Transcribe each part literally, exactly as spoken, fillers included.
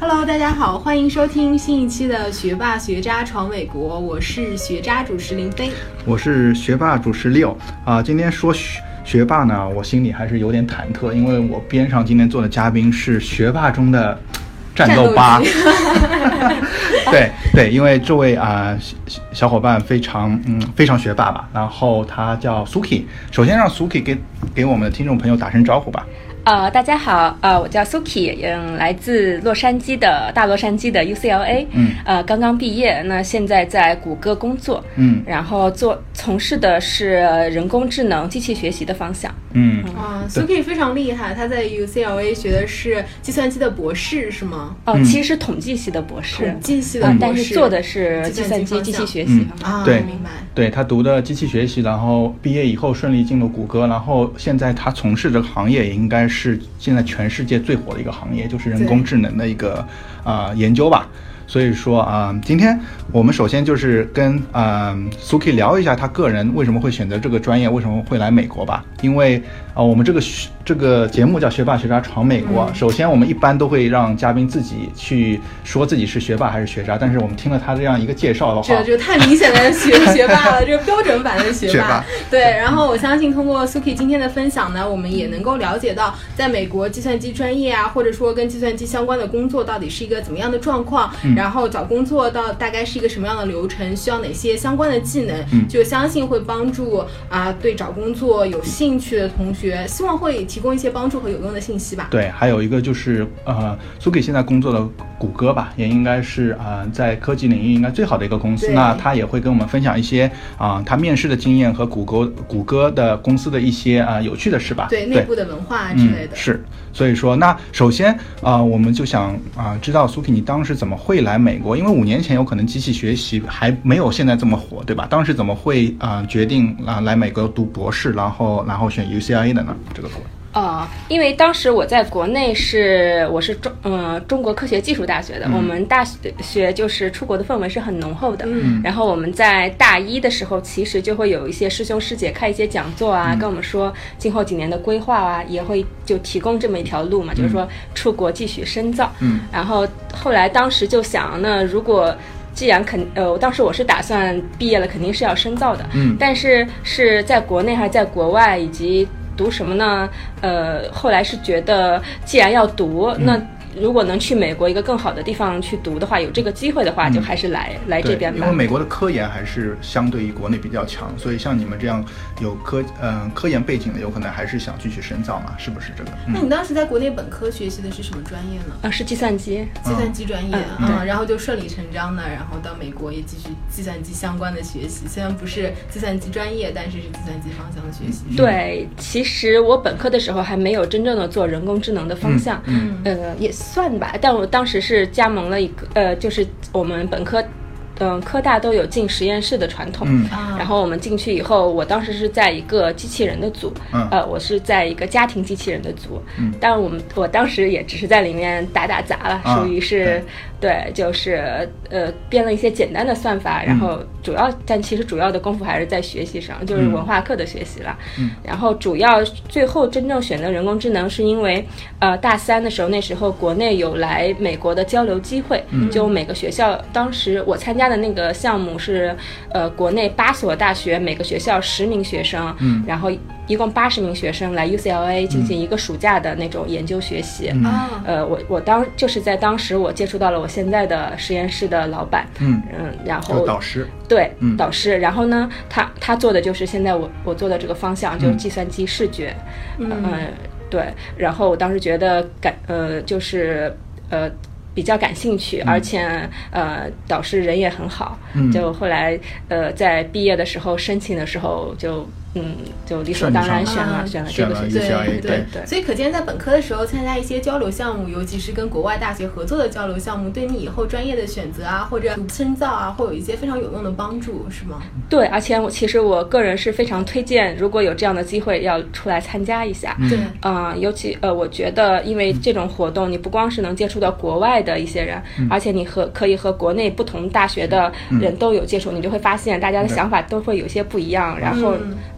Hello， 大家好，欢迎收听新一期的学霸学渣闯美国，我是学渣主持林飞， 我是学霸主持六啊。今天说学学霸呢，我心里还是有点忐忑，因为我边上今天坐的嘉宾是学霸中的战斗吧。对对，因为这位啊、呃、小伙伴非常嗯非常学霸吧，然后他叫 Suki， 首先让 Suki 给给我们的听众朋友打声招呼吧。 呃，大家好，呃，我叫 Suki， 嗯，来自洛杉矶的大洛杉矶的 U C L A， 嗯，呃，刚刚毕业，那现在在谷歌工作，嗯，然后做从事的是人工智能、机器学习的方向， 嗯，啊 ，Suki 非常厉害，他在 U C L A 学的是计算机的博士，是吗？ 哦、呃，其实是统计系的博士， 统计系的博士， 嗯、但是做的是计算机机器学习方向，啊， 对， 明白。 对，他读的机器学习，然后毕业以后顺利进入谷歌，然后现在他从事这个行业也应该是现在全世界最火的一个行业，就是人工智能的一个啊、呃、研究吧。所以说啊、呃，今天我们首先就是跟啊、呃、Suki 聊一下他个人为什么会选择这个专业，为什么会来美国吧。因为啊、呃，我们这个这个节目叫学霸学渣闯美国、嗯，首先我们一般都会让嘉宾自己去说自己是学霸还是学渣，但是我们听了他这样一个介绍的话， 这就太明显的学学霸了，这个标准版的学霸。 学霸对，然后我相信通过 Suki 今天的分享呢，我们也能够了解到，在美国计算机专业啊，或者说跟计算机相关的工作到底是一个怎么样的状况。嗯，然后找工作到大概是一个什么样的流程，需要哪些相关的技能，嗯、就相信会帮助啊、呃、对找工作有兴趣的同学，希望会提供一些帮助和有用的信息吧。 对，还有一个就是呃 Suki 现在工作的谷歌吧，也应该是啊、呃、在科技领域应该最好的一个公司，那他也会跟我们分享一些啊、呃、他面试的经验和谷歌谷歌的公司的一些啊、呃、有趣的事吧。 对，内部的文化之类的。 嗯、是，所以说那首先啊、呃、我们就想啊、呃、知道 Suki 你当时怎么会来美国？因为五年前有可能机器学习还没有现在这么火，对吧？当时怎么会啊、呃、决定啊、呃、来美国读博士，然后然后选 U C L A 的呢？这个国哦，因为当时我在国内是我是中嗯、呃、中国科学技术大学的、嗯，我们大学就是出国的氛围是很浓厚的。嗯，然后我们在大一的时候，其实就会有一些师兄师姐开一些讲座啊，嗯、跟我们说今后几年的规划啊，也会就提供这么一条路嘛，嗯、就是说出国继续深造。嗯，然后后来当时就想，那如果既然肯呃，当时我是打算毕业了肯定是要深造的，嗯，但是是在国内还是在国外，以及读什么呢？呃，后来是觉得既然要读，嗯、那如果能去美国一个更好的地方去读的话，有这个机会的话，嗯、就还是来来这边吧。 因为美国的科研还是相对于国内比较强，所以像你们这样有科嗯、呃、科研背景的，有可能还是想继续深造嘛，是不是这个？ 嗯、那你当时在国内本科学习的是什么专业呢？ 啊，是计算机， 计算机专业啊、 嗯嗯，然后就顺理成章的，然后到美国也继续计算机相关的学习，虽然不是计算机专业，但是是计算机方向的学习。 对，其实我本科的时候还没有真正的做人工智能的方向，嗯，呃，也算吧，但我当时是加盟了一个，呃，就是我们本科。嗯，科大都有进实验室的传统，嗯，然后我们进去以后，我当时是在一个机器人的组，嗯，呃，我是在一个家庭机器人的组，嗯，但我们我当时也只是在里面打打杂了，属于是、啊，对，就是呃编了一些简单的算法，然后主要，嗯、但其实主要的功夫还是在学习上，就是文化课的学习了，嗯，然后主要最后真正选择人工智能，是因为呃大三的时候，那时候国内有来美国的交流机会，嗯，就每个学校，当时我参加的那个项目是呃国内八所大学，每个学校十名学生，嗯，然后一共八十名学生来 U C L A 进行一个暑假的那种研究学习，嗯，呃我我当就是在当时我接触到了我现在的实验室的老板，嗯嗯，然后导师， 对，嗯，导师，然后呢他他做的就是现在我我做的这个方向，就是计算机视觉，嗯、呃、对，然后我当时觉得感呃就是呃比较感兴趣，而且呃导师人也很好，嗯，就后来呃在毕业的时候申请的时候就嗯就理所当然选了、啊、选了这个学校， 对对对，所以可见在本科的时候参加一些交流项目，尤其是跟国外大学合作的交流项目，对你以后专业的选择啊或者深造啊会有一些非常有用的帮助，是吗？对， 而且我其实我个人是非常推荐，如果有这样的机会要出来参加一下，对，嗯、呃，尤其呃我觉得因为这种活动你不光是能接触到国外的一些人，嗯、而且你和可以和国内不同大学的人都有接触，嗯、你就会发现大家的想法都会有些不一样，然后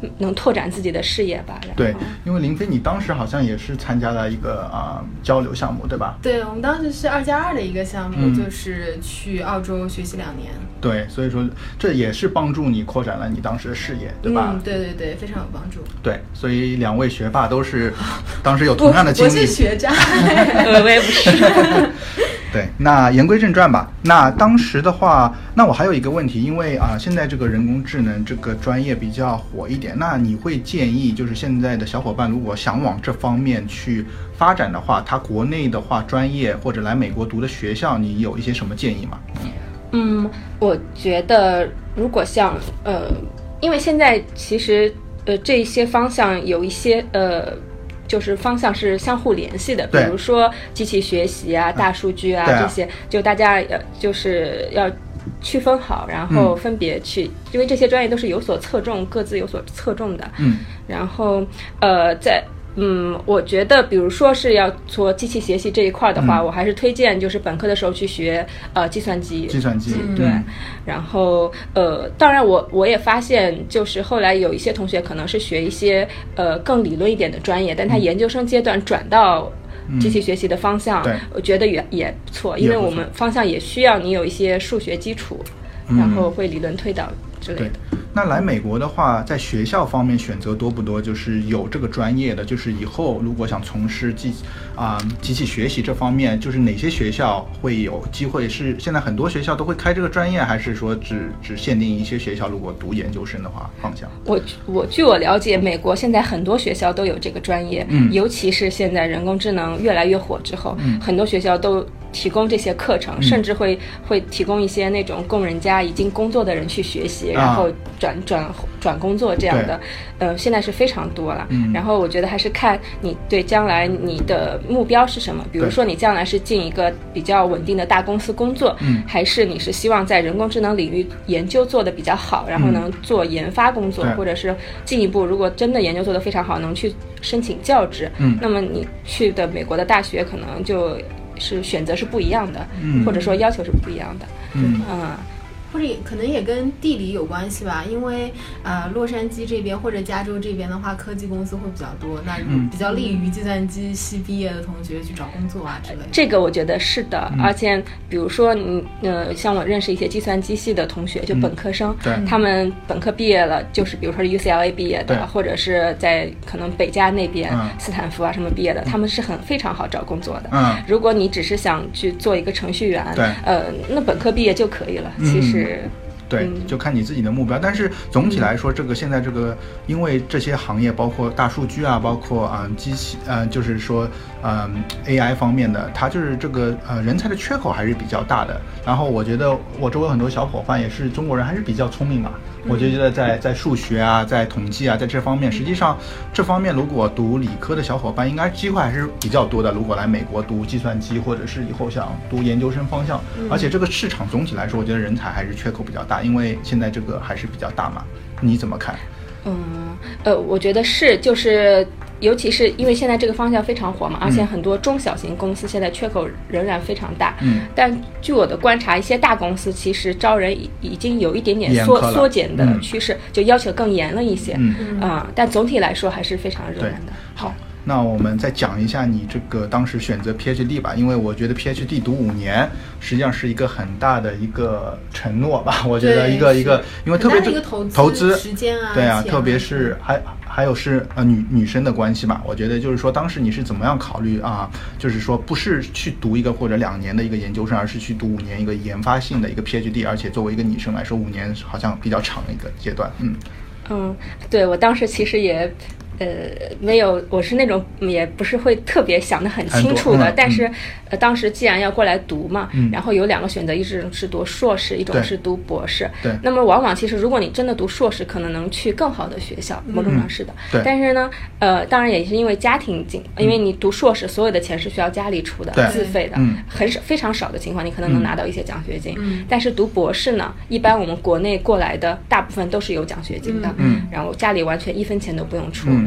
能拓展自己的视野吧。 对，因为林飞你当时好像也是参加了一个啊、呃、交流项目对吧？ 对，我们当时是二加二的一个项目、 嗯、 就是去澳洲学习两年。 对，所以说这也是帮助你扩展了你当时的视野对吧？ 嗯，对对对，非常有帮助。 对，所以两位学霸都是当时有同样的经历。 我是学渣我也不是对，那言归正传吧。那当时的话，那我还有一个问题，因为啊、呃，现在这个人工智能这个专业比较火一点，那你会建议就是现在的小伙伴如果想往这方面去发展的话，他国内的话专业或者来美国读的学校，你有一些什么建议吗？ 嗯，我觉得如果像呃，因为现在其实呃这些方向有一些呃。就是方向是相互联系的，比如说机器学习啊、大数据啊、嗯、这些，就大家呃就是要区分好，然后分别去、嗯，因为这些专业都是有所侧重，各自有所侧重的。 嗯， 然后呃，在嗯，我觉得比如说是要做机器学习这一块的话、嗯，我还是推荐就是本科的时候去学呃计算机。 计算机， 对。 嗯、 然后呃，当然我我也发现，就是后来有一些同学可能是学一些呃更理论一点的专业，但他研究生阶段转到机器学习的方向， 嗯、 我觉得也也不错，因为我们方向也需要你有一些数学基础，嗯、然后会理论推导之类的。 对，那来美国的话，在学校方面选择多不多？就是有这个专业的，就是以后如果想从事机啊、呃、机器学习这方面，就是哪些学校会有机会？是现在很多学校都会开这个专业，还是说只只限定一些学校？如果读研究生的话，方向？ 我我据我了解，美国现在很多学校都有这个专业， 嗯， 尤其是现在人工智能越来越火之后， 嗯， 很多学校都提供这些课程， 嗯、 甚至会会提供一些那种供人家已经工作的人去学习， 啊、 然后转转转工作这样的，呃，现在是非常多了、 嗯。 然后我觉得还是看你对将来你的目标是什么，比如说你将来是进一个比较稳定的大公司工作， 嗯， 还是你是希望在人工智能领域研究做得比较好，然后能做研发工作， 嗯、 或者是进一步如果真的研究做得非常好，能去申请教职， 嗯， 那么你去的美国的大学可能就是选择是不一样的， 嗯， 或者说要求是不一样的， 嗯。 嗯或者可能也跟地理有关系吧，因为呃洛杉矶这边或者加州这边的话，科技公司会比较多，那比较利于计算机系毕业的同学去找工作啊之类的。 这个我觉得是的， 嗯、 而且比如说你呃，像我认识一些计算机系的同学，就本科生， 嗯、 他们本科毕业了，就是比如说是 U C L A 毕业的，或者是在可能北加那边、 嗯、 斯坦福啊什么毕业的，他们是很非常好找工作的。 嗯， 如果你只是想去做一个程序员， 对， 呃，那本科毕业就可以了。 嗯、 其实。 对，就看你自己的目标。但是总体来说，这个现在这个，因为这些行业包括大数据啊，包括啊、嗯、机器，呃，就是说，嗯 A I 方面的，它就是这个呃人才的缺口还是比较大的。然后我觉得我周围很多小伙伴也是中国人，还是比较聪明嘛。我就觉得在在数学啊，在统计啊，在这方面，实际上这方面如果读理科的小伙伴，应该机会还是比较多的。如果来美国读计算机，或者是以后想读研究生方向，而且这个市场总体来说，我觉得人才还是缺口比较大，因为现在这个还是比较大嘛。你怎么看？ 嗯，呃，我觉得是，就是尤其是因为现在这个方向非常火嘛，而且很多中小型公司现在缺口仍然非常大。 嗯， 但据我的观察，一些大公司其实招人已已经有一点点缩缩减的趋势、嗯，就要求更严了一些。 嗯啊、呃，但总体来说还是非常热门的。 好。那我们再讲一下你这个当时选择 PhD 吧，因为我觉得 PhD 读五年实际上是一个很大的一个承诺吧。我觉得一个一个，因为特别是投资时间啊， 对啊，特别是还还有是呃女女生的关系嘛。我觉得就是说当时你是怎么样考虑啊？就是说不是去读一个或者两年的一个研究生，而是去读五年一个研发性的一个 PhD， 而且作为一个女生来说，五年好像比较长的一个阶段。嗯嗯，对，我当时其实也。呃，没有，我是那种也不是会特别想得很清楚的，嗯、但是、呃，当时既然要过来读嘛、 嗯， 然后有两个选择，一种是读硕士，一种是读博士。 对。 那么往往其实如果你真的读硕士，可能能去更好的学校，某种上是的。 对。 但是呢，呃，当然也是因为家庭经，因为你读硕士，所有的钱是需要家里出的，自费的， 嗯、 很少非常少的情况，你可能能拿到一些奖学金。 嗯。 但是读博士呢，一般我们国内过来的大部分都是有奖学金的， 嗯， 然后家里完全一分钱都不用出， 嗯、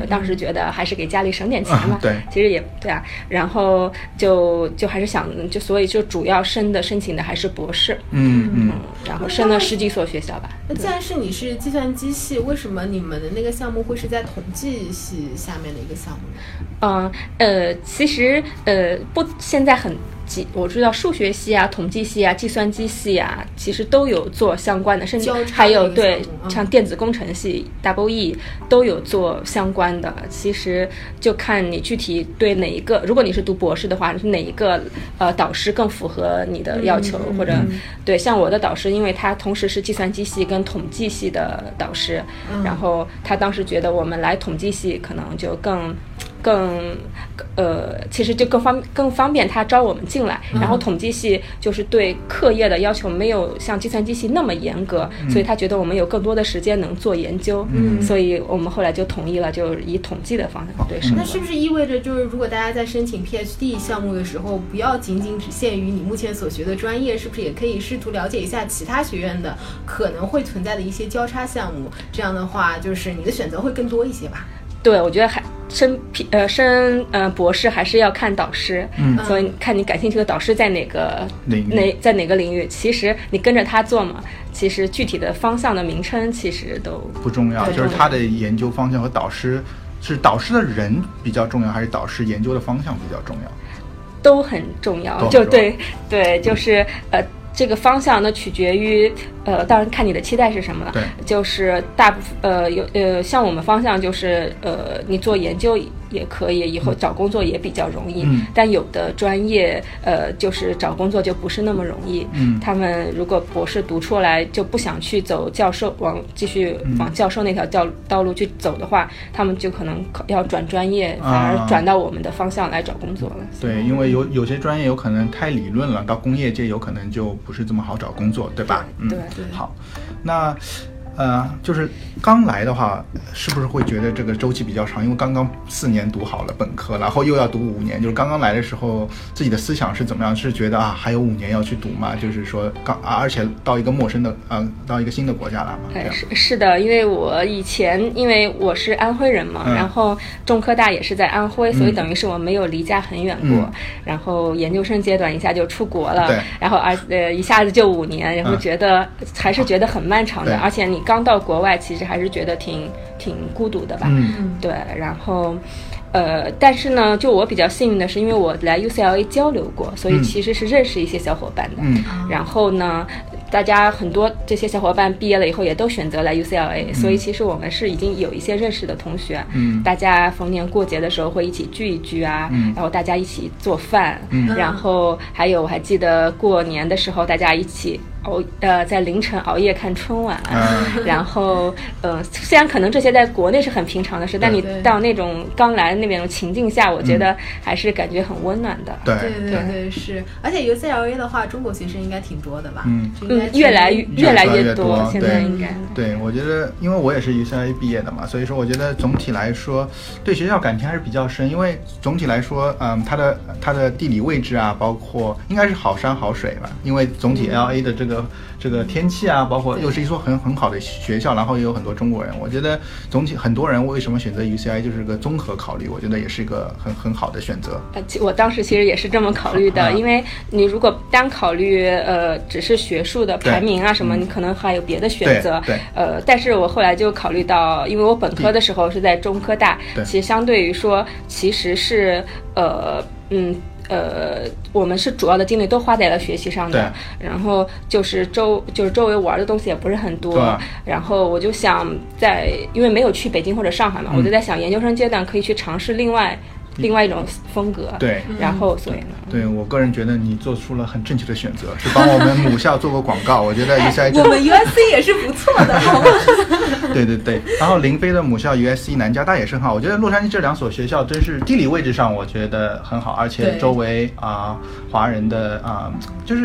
当时觉得还是给家里省点钱嘛， 嗯、对， 其实也对啊，然后就就还是想就所以就主要申的申请的还是博士， 嗯嗯， 然后申了十几所学校吧。 那既然是你是计算机系，为什么你们的那个项目会是在统计系下面的一个项目呢？ 嗯呃，其实呃不，现在很。我知道数学系啊、统计系啊、计算机系啊，其实都有做相关的，甚至还有对、嗯、像电子工程系 double E 都有做相关的。其实就看你具体对哪一个，如果你是读博士的话，是哪一个呃导师更符合你的要求，嗯、或者、嗯、对像我的导师，因为他同时是计算机系跟统计系的导师，嗯、然后他当时觉得我们来统计系可能就更。更呃，其实就更方更方便他招我们进来，然后统计系就是对课业的要求没有像计算机系那么严格，嗯、所以他觉得我们有更多的时间能做研究，嗯、所以我们后来就统一了，就以统计的方向对。 那是不是意味着就是如果大家在申请 PhD 项目的时候，不要仅仅只限于你目前所学的专业，是不是也可以试图了解一下其他学院的可能会存在的一些交叉项目？这样的话，就是你的选择会更多一些吧？ 对，我觉得还升呃升呃博士还是要看导师， 嗯， 所以看你感兴趣的导师在哪个哪在哪个领域，其实你跟着他做嘛，其实具体的方向的名称其实都不重要，就是他的研究方向和导师是导师的人比较重要，还是导师研究的方向比较重要？ 都很重要，就对对，就是呃。这个方向呢，取决于呃，当然看你的期待是什么了。 对， 就是大部分呃有呃，像我们方向就是呃，你做研究也可以，以后找工作也比较容易。 嗯。 但有的专业呃，就是找工作就不是那么容易。 嗯。 他们如果博士读出来就不想去走教授，往继续往教授那条道道路去走的话，嗯、他们就可能要转专业，反而转到我们的方向来找工作了。 啊、对，因为有有些专业有可能太理论了，到工业界有可能就不是这么好找工作，对吧？ 对、嗯、对。 好，那呃，就是刚来的话，是不是会觉得这个周期比较长？因为刚刚四年读好了本科，然后又要读五年，就是刚刚来的时候，自己的思想是怎么样？是觉得啊，还有五年要去读吗？就是说刚啊，而且到一个陌生的呃，到一个新的国家来嘛。 哎，是是的，因为我以前因为我是安徽人嘛，嗯、然后中科大也是在安徽，所以等于是我没有离家很远过。嗯、然后研究生阶段一下就出国了， 对， 然后而呃一下子就五年，然后觉得、嗯、还是觉得很漫长的，而且你刚到国外，其实还是觉得挺挺孤独的吧。 嗯， 对，然后。呃，但是呢，就我比较幸运的是，因为我来 U C L A 交流过，所以其实是认识一些小伙伴的。 嗯， 然后呢，大家很多这些小伙伴毕业了以后也都选择来 U C L A，、嗯、所以其实我们是已经有一些认识的同学。 嗯， 大家逢年过节的时候会一起聚一聚啊， 嗯、 然后大家一起做饭， 嗯、 然后还有我还记得过年的时候大家一起。熬呃，在凌晨熬夜看春晚， 嗯、 然后呃，虽然可能这些在国内是很平常的事，但你到那种刚来的那边的情境下，我觉得还是感觉很温暖的。 对对对对，是。而且 U C L A 的话，中国学生应该挺多的吧？ 嗯嗯，越来越越来越多， 现在应该。 对，我觉得，因为我也是 U C L A 毕业的嘛，所以说我觉得总体来说，对学校感情还是比较深。因为总体来说，嗯，它的它的地理位置啊，包括应该是好山好水吧。因为总体 L A 的这个。嗯这个天气啊，包括又是一所很很好的学校，然后也有很多中国人。我觉得总体很多人为什么选择 U C I， 就是个综合考虑，我觉得也是一个很很好的选择。 呃，我当时其实也是这么考虑的，啊、因为你如果单考虑呃只是学术的排名啊什么，你可能还有别的选择。 对，对呃，但是我后来就考虑到，因为我本科的时候是在中科大，其实相对于说其实是呃嗯。呃，我们是主要的精力都花在了学习上的，然后就是周就是周围玩的东西也不是很多，然后我就想在，因为没有去北京或者上海嘛，嗯、我就在想研究生阶段可以去尝试另外。另外一种风格， 对， 然后所以呢， 对我个人觉得你做出了很正确的选择，是帮我们母校做过广告，我觉得 U C I 我们 U S C 也是不错的，好吗？ 对对对，然后林飞的母校 U S C 南加大也是很好，我觉得洛杉矶这两所学校真是地理位置上我觉得很好，而且周围啊、呃、华人的啊、呃、就是。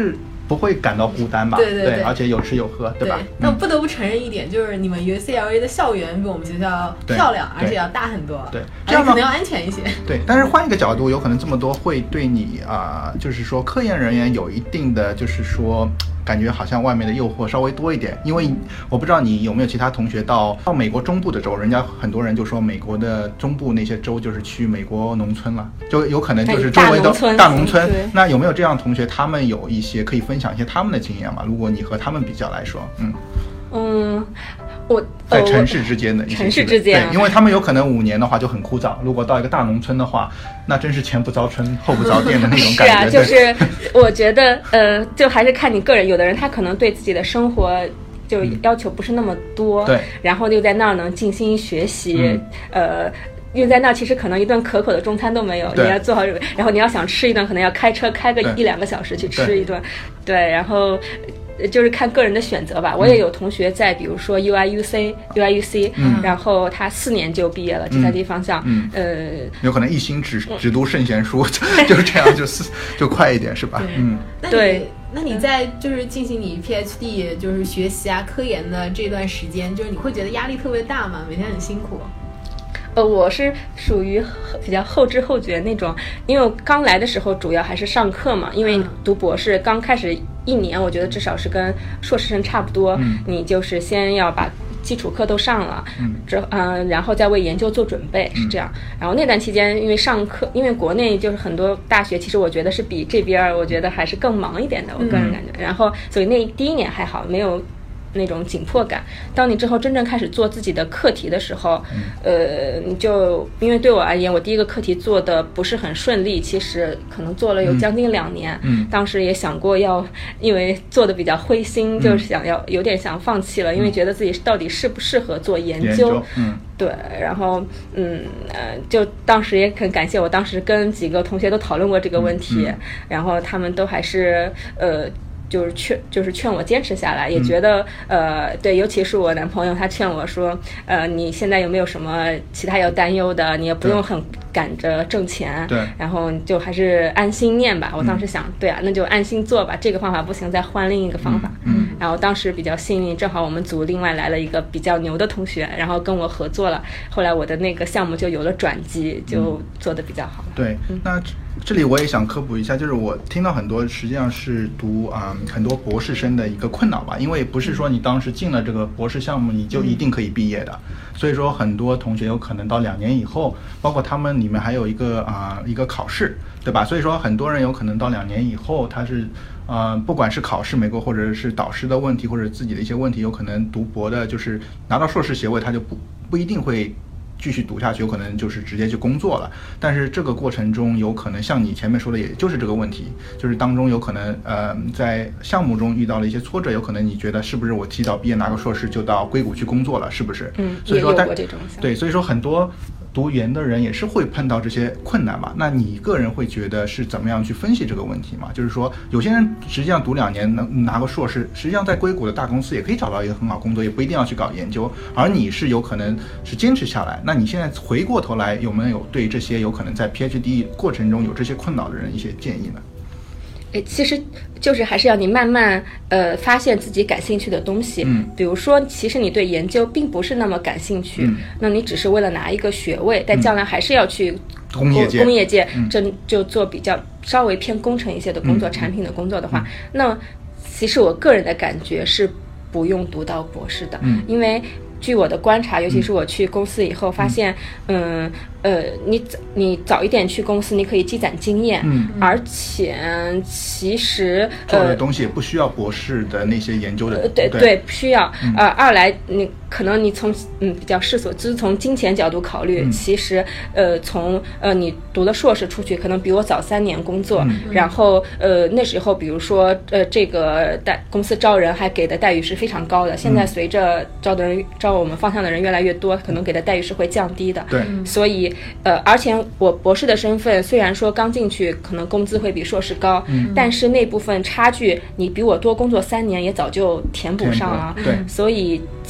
不会感到孤单吧？ 对对 对, 对， 而且有吃有喝，对吧？ 对，那不得不承认一点，就是你们 U C L A 的校园比我们学校漂亮，而且要大很多， 对， 这样可能要安全一些。 对，但是换一个角度，有可能这么多会对你啊、呃，就是说科研人员有一定的，就是说。感觉好像外面的诱惑稍微多一点，因为我不知道你有没有其他同学到到美国中部的州，人家很多人就说美国的中部那些州就是去美国农村了，就有可能就是周围的大农村。那有没有这样同学，他们有一些可以分享一些他们的经验吗？如果你和他们比较来说，嗯嗯。我在城市之间的一些城市之间， 对，因为他们有可能五年的话就很枯燥，如果到一个大农村的话，那真是前不着村后不着店的那种感觉。 是啊，就是我觉得呃，就还是看你个人，有的人他可能对自己的生活就要求不是那么多， 嗯、对， 然后就在那儿能静心学习，嗯、呃。因为在那其实可能一顿可口的中餐都没有，你要做好，然后你要想吃一顿，可能要开车开个一两个小时去吃一顿，对，对然后就是看个人的选择吧。我也有同学在，比如说 U I U C、U I U C，、嗯、然后他四年就毕业了，计算机方向， 嗯， 呃， 有可能一心只只读圣贤书，就是这样，就是就快一点，是吧？嗯， 对。 那你在就是进行你 P H D 就是学习啊科研的这段时间，就是你会觉得压力特别大吗？每天很辛苦？ 呃，我是属于比较后知后觉那种，因为我刚来的时候主要还是上课嘛，因为读博士刚开始一年，我觉得至少是跟硕士生差不多，嗯、你就是先要把基础课都上了，嗯，之嗯、呃，然后再为研究做准备，是这样。然后那段期间，因为上课，因为国内就是很多大学，其实我觉得是比这边，我觉得还是更忙一点的，我个人感觉。嗯、然后，所以那第一年还好，没有那种紧迫感。当你之后真正开始做自己的课题的时候，嗯、呃，你就因为对我而言，我第一个课题做的不是很顺利，其实可能做了有将近两年。嗯，当时也想过要，因为做的比较灰心，嗯、就是想要有点想放弃了，因为觉得自己到底适不适合做研究。 研究嗯， 对，然后嗯呃，就当时也很感谢我当时跟几个同学都讨论过这个问题，嗯嗯、然后他们都还是呃。就是劝，就是劝我坚持下来，也觉得、嗯、呃，对，尤其是我男朋友，他劝我说，呃，你现在有没有什么其他要担忧的？你也不用很赶着挣钱， 对， 然后就还是安心念吧。我当时想，嗯、对啊，那就安心做吧。这个方法不行，再换另一个方法。 嗯， 然后当时比较幸运，正好我们组另外来了一个比较牛的同学，然后跟我合作了。后来我的那个项目就有了转机，就做得比较好。 嗯、对，嗯、那这里我也想科普一下，就是我听到很多实际上是读啊、嗯、很多博士生的一个困扰吧，因为不是说你当时进了这个博士项目你就一定可以毕业的，嗯、所以说很多同学有可能到两年以后，包括他们里面还有一个啊、呃、一个考试，对吧？所以说很多人有可能到两年以后，他是呃不管是考试美国或者是导师的问题，或者自己的一些问题，有可能读博的就是拿到硕士学位，他就不不一定会继续读下去，有可能就是直接去工作了。但是这个过程中有可能像你前面说的，也就是这个问题，就是当中有可能呃在项目中遇到了一些挫折，有可能你觉得是不是我提早毕业拿个硕士就到硅谷去工作了，是不是？ 嗯， 所以说也有过这种想法。 对，所以说很多读研的人也是会碰到这些困难嘛。那你个人会觉得是怎么样去分析这个问题嘛？就是说有些人实际上读两年能拿个硕士，实际上在硅谷的大公司也可以找到一个很好工作，也不一定要去搞研究，而你是有可能是坚持下来。那你现在回过头来有没有对这些有可能在 P H D 过程中有这些困扰的人一些建议呢？ 诶，其实就是还是要你慢慢呃发现自己感兴趣的东西。 嗯， 比如说，其实你对研究并不是那么感兴趣， 嗯、 那你只是为了拿一个学位，但将来还是要去工业界， 工业界嗯、 真就做比较稍微偏工程一些的工作， 嗯、 产品的工作的话， 嗯、 那其实我个人的感觉是不用读到博士的， 嗯、 因为据我的观察，尤其是我去公司以后发现，嗯。嗯呃，你你早一点去公司，你可以积攒经验， 嗯， 而且其实做的东西也不需要博士的那些研究的， 呃、对对, 对，不需要。嗯、呃，二来你可能你从嗯比较世俗，就是从金钱角度考虑， 嗯、 其实呃从呃你读了硕士出去，可能比我早三年工作， 嗯、 然后呃那时候比如说呃这个待公司招人还给的待遇是非常高的，现在随着招的人招我们方向的人越来越多，可能给的待遇是会降低的， 对， 所以。呃，而且我博士的身份虽然说刚进去可能工资会比硕士高， 嗯、 但是那部分差距你比我多工作三年也早就填补上了， 对， 所以其实最后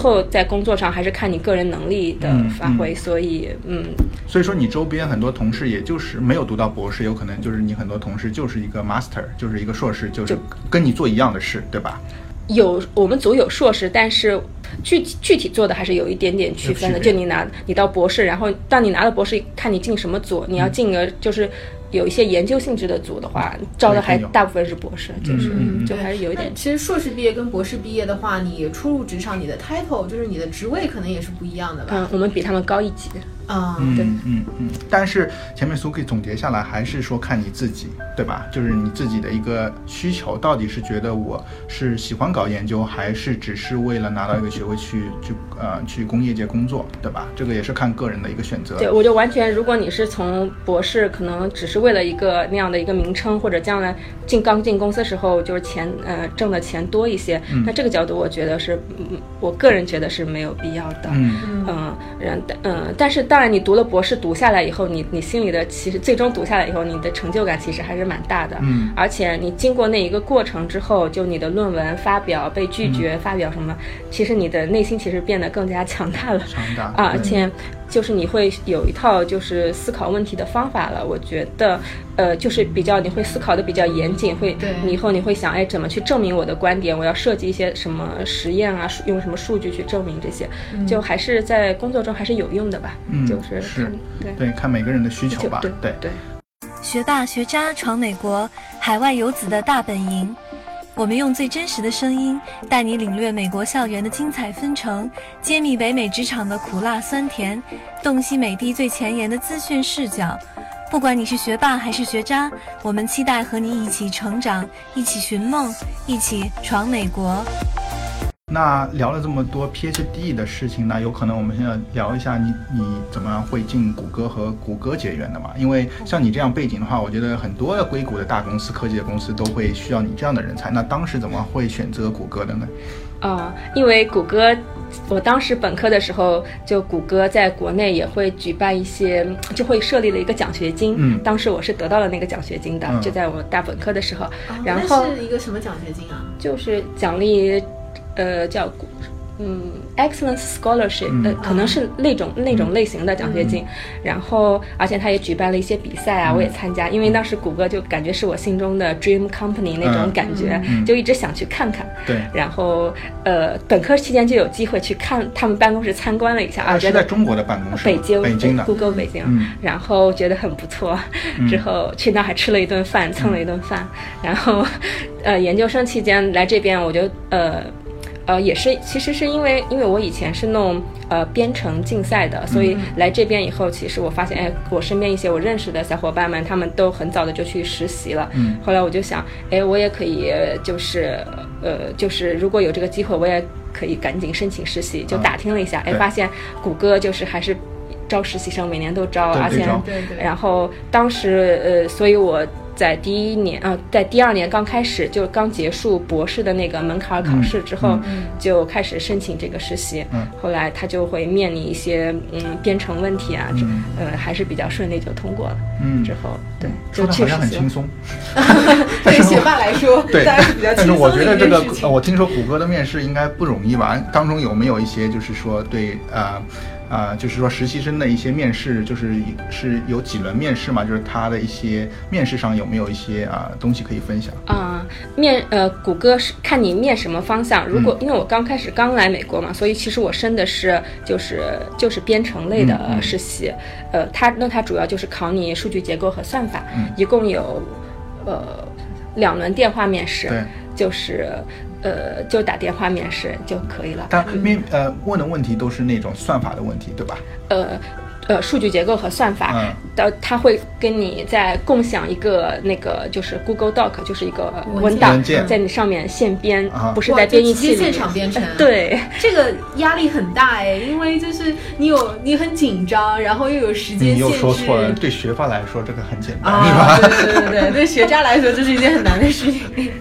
后在工作上还是看你个人能力的发挥，嗯嗯、所以嗯， 所以说你周边很多同事也就是没有读到博士，有可能就是你很多同事就是一个 master， 就是一个硕士，就是跟你做一样的事，对吧？ 有我们组有硕士，但是具体具体做的还是有一点点区分的。就你拿你到博士，然后当你拿了博士，看你进什么组，你要进个就是有一些研究性质的组的话，招的还大部分是博士，就是嗯就还是有一点。 其实硕士毕业跟博士毕业的话，你初入职场，你的 title 就是你的职位可能也是不一样的吧？ 嗯，我们比他们高一级。 啊、 嗯， 对， 嗯嗯，但是前面 Suki 总结下来，还是说看你自己，对吧？就是你自己的一个需求，到底是觉得我是喜欢搞研究，还是只是为了拿到一个学位去去呃去工业界工作，对吧？这个也是看个人的一个选择。 对，我就完全，如果你是从博士，可能只是为了一个那样的一个名称，或者将来进刚进公司的时候就是钱呃挣的钱多一些，嗯、那这个角度我觉得是，嗯，我个人觉得是没有必要的。嗯嗯嗯，嗯，但是当然你读了博士读下来以后，你你心里的其实最终读下来以后，你的成就感其实还是蛮大的。嗯，而且你经过那一个过程之后，就你的论文发表被拒绝、嗯、发表什么，其实你的内心其实变得更加强大了。 强大啊，而且就是你会有一套就是思考问题的方法了。我觉得呃就是比较你会思考的比较严谨，会你以后你会想，哎，怎么去证明我的观点，我要设计一些什么实验啊，用什么数据去证明这些、嗯、就还是在工作中还是有用的吧。 嗯， 就是是对对看每个人的需求吧。 对对对。 学霸学渣闯美国，海外游子的大本营，我们用最真实的声音带你领略美国校园的精彩纷呈，揭秘北美职场的苦辣酸甜，洞悉美的最前沿的资讯视角。不管你是学霸还是学渣，我们期待和你一起成长，一起寻梦，一起闯美国。 那聊了这么多 PhD 的事情呢，有可能我们现在聊一下你你怎么样会进谷歌和谷歌结缘的嘛？因为像你这样背景的话，我觉得很多硅谷的大公司、科技的公司都会需要你这样的人才。那当时怎么会选择谷歌的呢？ 啊、呃，因为谷歌，我当时本科的时候，就谷歌在国内也会举办一些，就会设立了一个奖学金。嗯，当时我是得到了那个奖学金的，嗯、就在我大本科的时候。 哦、 然后那是一个什么奖学金啊？ 就是奖励。呃，叫嗯 Excellence Scholarship，、嗯、呃，可能是那种、嗯、那种类型的奖学金。嗯、然后，而且他也举办了一些比赛啊，嗯、我也参加。因为当时谷歌就感觉是我心中的 dream company 那种感觉，嗯、就一直想去看看。 对。 然后，呃，本科期间就有机会去看他们办公室参观了一下啊， 是在中国的办公室， 北京， 北京的谷歌北京。嗯。然后觉得很不错，嗯、之后去那还吃了一顿饭，蹭了一顿饭。嗯、然后，呃，研究生期间来这边，我就呃。呃，也是，其实是因为，因为我以前是弄呃编程竞赛的，所以来这边以后，其实我发现，哎，我身边一些我认识的小伙伴们，他们都很早的就去实习了。嗯，后来我就想，哎，我也可以，就是呃，就是如果有这个机会，我也可以赶紧申请实习。就打听了一下，哎、嗯，发现谷歌就是还是招实习生，每年都招，而且， 对对， 然后当时呃，所以我。在第一年啊、呃，在第二年刚开始就刚结束博士的那个门槛考试之后，嗯、就开始申请这个实习。嗯、后来他就会面临一些嗯编程问题啊，嗯、呃还是比较顺利就通过了。嗯，之后对， 说的好像很轻松。 对学霸来说， 对， 当然是比较轻松的一件事情。 但是我觉得这个，呃，我听说谷歌的面试应该不容易吧？当中有没有一些就是说对呃。呃，就是说实习生的一些面试，就是是有几轮面试嘛？就是他的一些面试上有没有一些啊、呃、东西可以分享？ 啊、呃，面呃，谷歌是看你面什么方向。如果、嗯、因为我刚开始刚来美国嘛，所以其实我申的是就是就是编程类的实习。嗯嗯、呃，它那它主要就是考你数据结构和算法，嗯、一共有呃两轮电话面试， 对， 就是。呃，就打电话面试就可以了。 但面呃问的问题都是那种算法的问题，对吧？ 呃呃，数据结构和算法，的、嗯、他会跟你在共享一个那个就是 Google Doc， 就是一个文档，在你上面现编，啊、不是在编译器里现场编程。 对， 这个压力很大哎，因为就是你有你很紧张，然后又有时间限制。 你又说错了，对学霸来说这个很简单， 啊、 是吧？ 对对对对，对学渣来说这是一件很难的事情。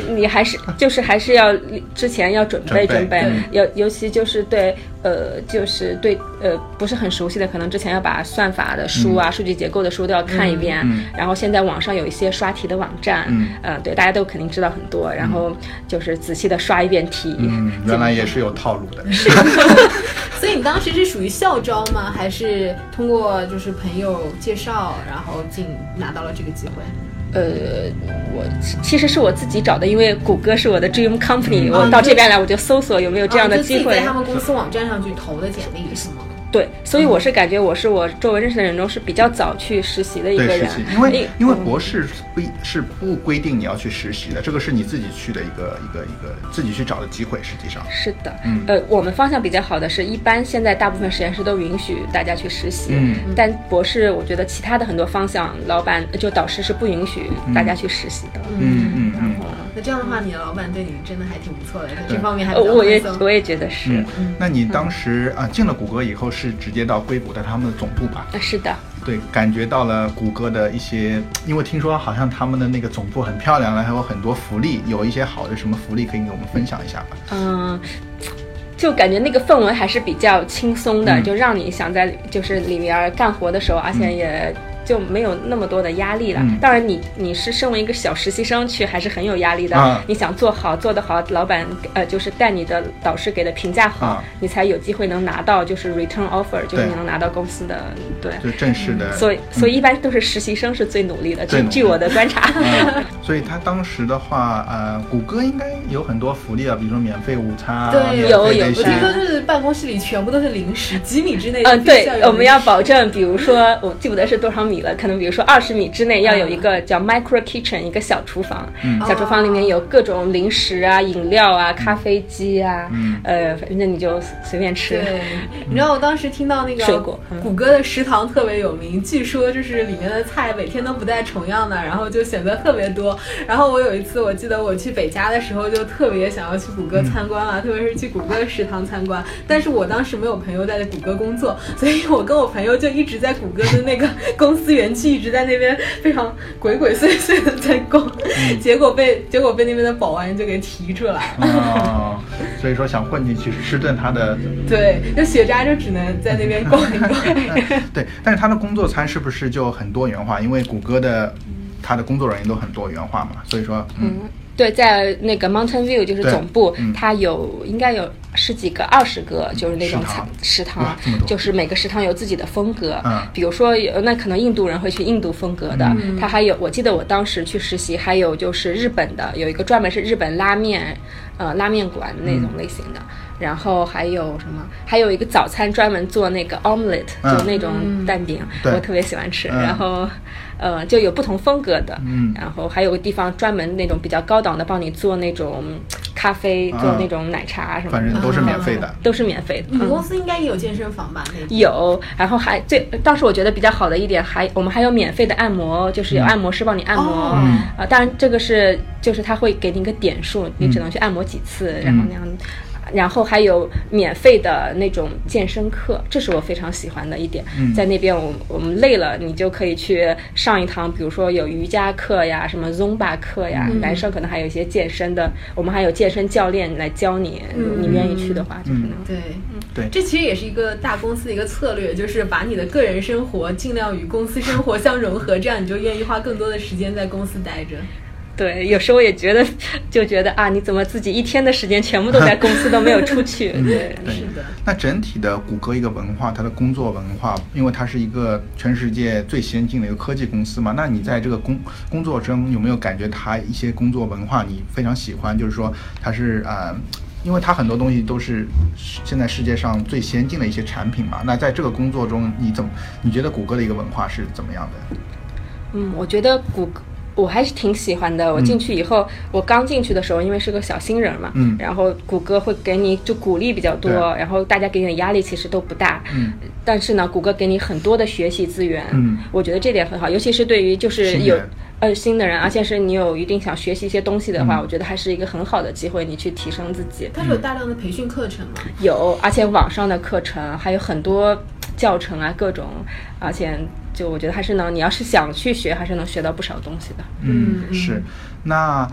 你还是就是还是要之前要准备准备，尤尤其就是对呃就是对呃不是很熟悉的，可能之前要把算法的书啊、嗯、数据结构的书都要看一遍、嗯、然后现在网上有一些刷题的网站、嗯、呃对大家都肯定知道很多，然后就是仔细的刷一遍题。 嗯，原来也是有套路的。 所以你当时是属于校招吗？还是通过就是朋友介绍然后进拿到了这个机会？ 呃，我其实是我自己找的，因为谷歌是我的 dream company、嗯、我到这边来我就搜索有没有这样的机会、哦、 就自己在他们公司网站上去投的简历是吗？ 对，所以我是感觉我是我周围认识的人中是比较早去实习的一个人。 对，因为因为博士不是不规定你要去实习的，这个是你自己去的一个一个一个自己去找的机会，实际上是的。嗯，呃，我们方向比较好的是一般现在大部分实验室都允许大家去实习，嗯，但博士我觉得其他的很多方向，老板就导师是不允许大家去实习的。 嗯嗯嗯。 那这样的话，你的老板对你真的还挺不错的，在这方面还比较我也我也觉得是。 嗯嗯、那你当时啊进了谷歌以后是直接到硅谷的他们的总部吧？ 是的。 对，感觉到了谷歌的一些，因为听说好像他们的那个总部很漂亮了，还有很多福利，有一些好的什么福利可以给我们分享一下吧？ 嗯。就感觉那个氛围还是比较轻松的、嗯、就让你想在就是里面干活的时候，而且也就没有那么多的压力了、嗯、当然你你是身为一个小实习生去还是很有压力的、啊、你想做好做得好，老板呃就是带你的导师给的评价好、啊、你才有机会能拿到就是 return offer， 就是你能拿到公司的对就正式的、 嗯、所以所以一般都是实习生是最努力的、嗯、据我的观察、 啊、所以他当时的话呃，谷歌应该有很多福利啊，比如说免费午餐， 对， 有有， 我听说就是办公室里全部都是零食，几米之内嗯、呃，对，我们要保证比如说我记不得是多少米了，可能比如说二十米之内要有一个叫 micro kitchen、嗯、一个小厨房、嗯、小厨房里面有各种零食啊、饮料啊、咖啡机啊、嗯、呃反正你就随便吃。 对，你知道我当时听到那个水果谷歌的食堂特别有名、嗯、据说就是里面的菜每天都不带重样的，然后就选择特别多，然后我有一次我记得我去北加的时候就特别想要去谷歌参观啊、嗯、特别是去谷歌食堂参观，但是我当时没有朋友在谷歌工作，所以我跟我朋友就一直在谷歌的那个公司园区一直在那边非常鬼鬼祟祟的在逛、嗯、结果被结果被那边的保安就给提出来了、 哦、所以说想混进去吃顿他的对，就学渣就只能在那边逛一逛对，但是他的工作餐是不是就很多元化？因为谷歌的他的工作人员都很多元化嘛，所以说嗯对，在那个 Mountain View 就是总部、嗯、它有应该有十几个二十个就是那种食堂，就是每个食堂有自己的风格、嗯、比如说有那可能印度人会去印度风格的、嗯、它还有我记得我当时去实习还有就是日本的，有一个专门是日本拉面呃拉面馆那种类型的、嗯，然后还有什么？还有一个早餐专门做那个 omelette，、嗯、就那种蛋饼，嗯、我特别喜欢吃。嗯、然后，呃，就有不同风格的。嗯。然后还有个地方专门那种比较高档的，帮你做那种咖啡，嗯、做那种奶茶什么的。 反正都是免费的。嗯、 都是免费的。 你们公司应该也有健身房吧？ 嗯、有，然后还最当时我觉得比较好的一点，还我们还有免费的按摩，就是有按摩师帮你按摩。嗯。啊、呃，当然这个是就是他会给你一个点数，你只能去按摩几次，嗯、然后那样。然后还有免费的那种健身课，这是我非常喜欢的一点。嗯、在那边我我们累了，你就可以去上一堂，比如说有瑜伽课呀，什么 Zumba 课呀，嗯、男生可能还有一些健身的，我们还有健身教练来教你，嗯、你愿意去的话，就可能、 嗯、对，嗯、对，这其实也是一个大公司的一个策略，就是把你的个人生活尽量与公司生活相融合，这样你就愿意花更多的时间在公司待着。 对，有时候也觉得，就觉得啊，你怎么自己一天的时间全部都在公司都没有出去？ 嗯、 对， 对， 是的。 那整体的谷歌一个文化，它的工作文化，因为它是一个全世界最先进的一个科技公司嘛，那你在这个工工作中有没有感觉它一些工作文化你非常喜欢？就是说它是呃。因为它很多东西都是现在世界上最先进的一些产品嘛，那在这个工作中，你怎么你觉得谷歌的一个文化是怎么样的？ 嗯，我觉得谷歌。我还是挺喜欢的。我进去以后，嗯、我刚进去的时候，因为是个小新人嘛，嗯，然后谷歌会给你就鼓励比较多，然后大家给你的压力其实都不大，嗯，但是呢，谷歌给你很多的学习资源，嗯，我觉得这点很好，尤其是对于就是有呃新的人，而且是你有一定想学习一些东西的话，嗯、我觉得还是一个很好的机会，你去提升自己。 它是有大量的培训课程吗？ 有，而且网上的课程还有很多教程啊，各种，而且。就我觉得还是能，你要是想去学，还是能学到不少东西的。 嗯，是。那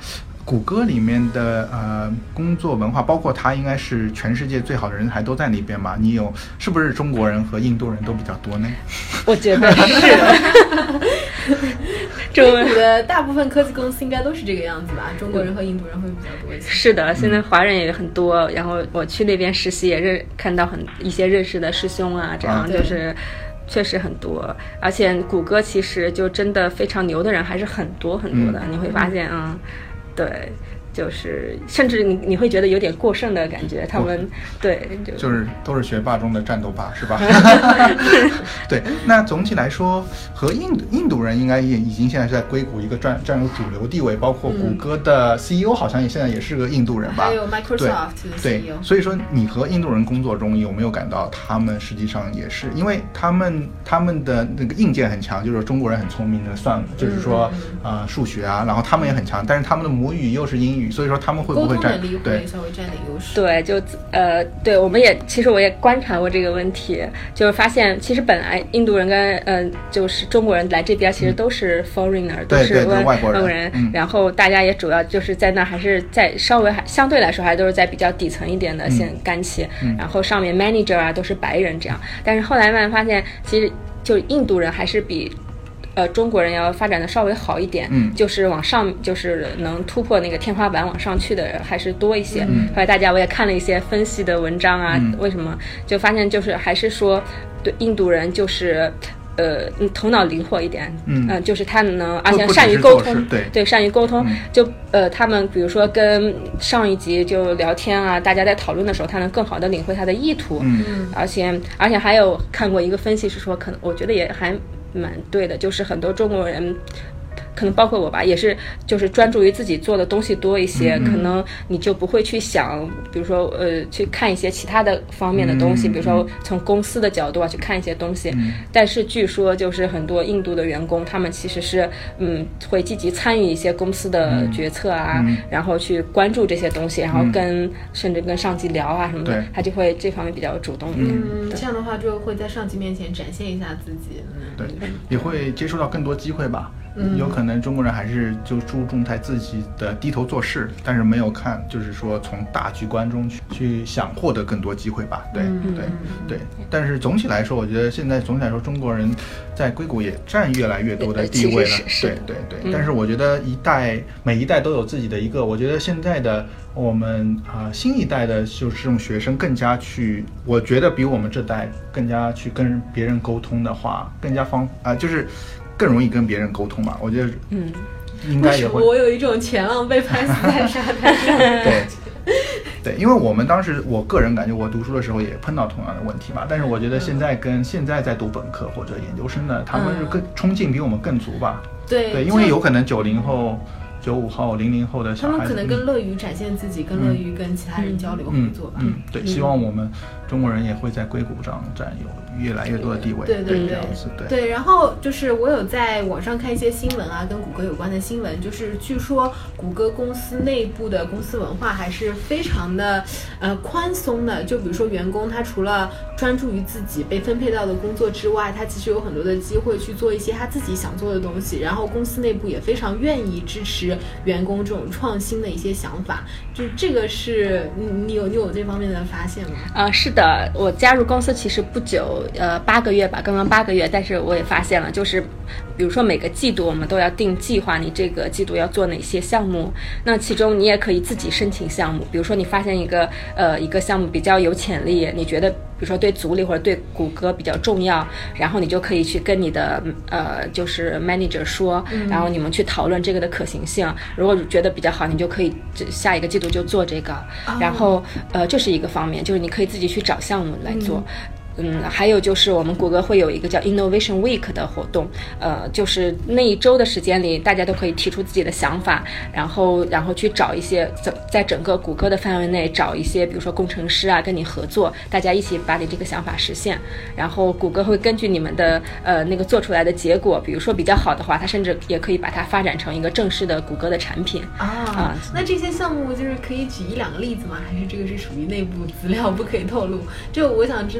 谷歌里面的呃工作文化，包括它应该是全世界最好的人才都在那边嘛？你有是不是中国人和印度人都比较多呢？ 我觉得是。 中国的大部分科技公司应该都是这个样子吧？中国人和印度人会比较多一些。 是的，现在华人也很多。然后我去那边实习也认看到很一些认识的师兄啊，这样就是。确实很多，而且谷歌其实就真的非常牛的人还是很多很多的，嗯、你会发现啊、嗯，对，就是甚至你你会觉得有点过剩的感觉，他们对就就是都是学霸中的战斗霸是吧？对，那总体来说，和印度印度人应该也已经现在是在硅谷一个占占有主流地位，包括谷歌的 C E O 好像也现在也是个印度人吧？ 还有 Microsoft 的 C E O。 对，所以说你和印度人工作中有没有感到他们实际上也是，因为他们他们的那个硬件很强，就是中国人很聪明的算，就是说啊、呃、数学啊，然后他们也很强，但是他们的母语又是英语，所以说他们会不会占对稍微占点优势？ 对，就呃，对，我们也其实我也观察过这个问题，就是发现其实本来印度人跟呃就是中国人来这边其实都是 foreigner，、嗯、都是外国人， 人嗯、然后大家也主要就是在那还是在稍微还相对来说还都是在比较底层一点的先干起、嗯，然后上面 manager 啊都是白人这样，但是后来慢慢发现，其实就印度人还是比。呃，中国人要发展的稍微好一点，嗯，就是往上，就是能突破那个天花板往上去的人还是多一些。嗯、后来大家我也看了一些分析的文章啊，嗯、为什么就发现就是还是说，对印度人就是。呃，头脑灵活一点，嗯、呃，就是他能，而且善于沟通， 对对，善于沟通。嗯、就呃，他们比如说跟上一级就聊天啊，大家在讨论的时候，他能更好的领会他的意图。嗯，而且而且还有看过一个分析是说，可能我觉得也还蛮对的，就是很多中国人。可能包括我吧，也是就是专注于自己做的东西多一些，嗯、可能你就不会去想，比如说呃，去看一些其他的方面的东西，嗯、比如说从公司的角度啊去看一些东西。嗯、但是据说就是很多印度的员工，他们其实是嗯会积极参与一些公司的决策啊，嗯、然后去关注这些东西，然后跟、嗯、甚至跟上级聊啊什么的，他就会这方面比较主动一点。 嗯，这样的话就会在上级面前展现一下自己。 对，也会接触到更多机会吧。嗯、有可能中国人还是就注重在自己的低头做事，但是没有看，就是说从大局观中去去想获得更多机会吧。对、嗯、对对。但是总体来说，我觉得现在总体来说，中国人在硅谷也占越来越多的地位了。对对对。嗯、但是我觉得一代每一代都有自己的一个，我觉得现在的我们啊、呃、新一代的就是这种学生更加去，我觉得比我们这代更加去跟别人沟通的话，更加方啊、呃、就是。更容易跟别人沟通吧，我觉得，嗯，应该也会。 我有一种前浪被拍死在沙滩上。 对，对，因为我们当时，我个人感觉，我读书的时候也碰到同样的问题吧。但是我觉得现在跟现在在读本科或者研究生的，他们是更冲劲比我们更足吧。 对， 对，因为有可能九零后。九五后、零零后的小孩子， 他们可能更乐于展现自己，嗯、更乐于跟其他人交流合作吧。 嗯，嗯对，希望我们中国人也会在硅谷上占有越来越多的地位。 对对对， 这样子对。 对，然后就是我有在网上看一些新闻啊，跟谷歌有关的新闻，就是据说谷歌公司内部的公司文化还是非常的呃宽松的。就比如说员工他除了专注于自己被分配到的工作之外，他其实有很多的机会去做一些他自己想做的东西。然后公司内部也非常愿意支持员工这种创新的一些想法，就这个是你有你有这方面的发现吗？ 啊、呃，是的，我加入公司其实不久，呃，八个月吧，刚刚八个月，但是我也发现了，就是比如说每个季度我们都要定计划，你这个季度要做哪些项目，那其中你也可以自己申请项目，比如说你发现一个呃一个项目比较有潜力，你觉得比如说对组里或者对谷歌比较重要，然后你就可以去跟你的呃就是 manager 说，嗯、然后你们去讨论这个的可行性。如果觉得比较好，你就可以下一个季度就做这个。哦、然后呃这是一个方面，就是你可以自己去找项目来做。嗯嗯，还有就是我们谷歌会有一个叫 Innovation Week 的活动，呃，就是那一周的时间里，大家都可以提出自己的想法，然后然后去找一些在整个谷歌的范围内找一些，比如说工程师啊，跟你合作，大家一起把你这个想法实现。然后谷歌会根据你们的呃那个做出来的结果，比如说比较好的话，它甚至也可以把它发展成一个正式的谷歌的产品啊。啊那这些项目就是可以举一两个例子吗？还是这个是属于内部资料不可以透露？就我想知道这些项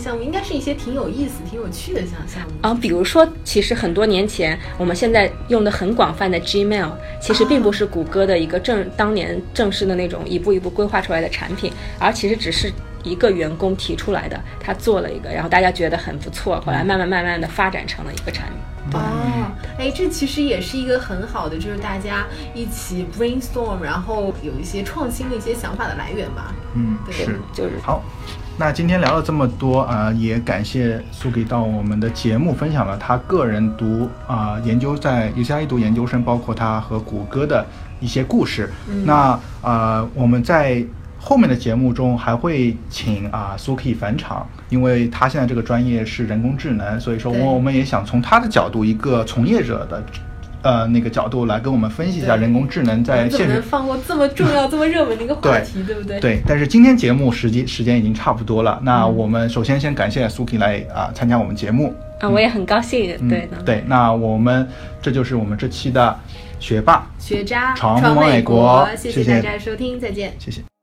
项目，应该是一些挺有意思、挺有趣的项项目啊。比如说，其实很多年前我们现在用的很广泛的 Gmail， 其实并不是谷歌的一个正、啊、当年正式的那种一步一步规划出来的产品，而其实只是一个员工提出来的，他做了一个，然后大家觉得很不错，后来慢慢慢慢的发展成了一个产品。 哦，哎，这其实也是一个很好的，就是大家一起 brainstorm， 然后有一些创新的一些想法的来源吧。 嗯， 对， 是， 就是好。那今天聊了这么多啊、呃，也感谢苏给到我们的节目分享了他个人读啊、呃、研究在 U C L A 读研究生，包括他和谷歌的一些故事。嗯、那呃我们在后面的节目中还会请啊、呃、苏 K 返场，因为他现在这个专业是人工智能，所以说我们也想从他的角度，一个从业者的呃那个角度来跟我们分析一下人工智能在现实。 怎么能放过这么重要、这么热门的一个话题，对, 对不对？ 对。但是今天节目时间时间已经差不多了，那我们首先先感谢苏 K 来啊、呃、参加我们节目。 啊，我也很高兴。 嗯、 对的、 嗯。对，那我们这就是我们这期的学霸学渣闯美国， 谢谢谢大家的收听，再见。 谢谢。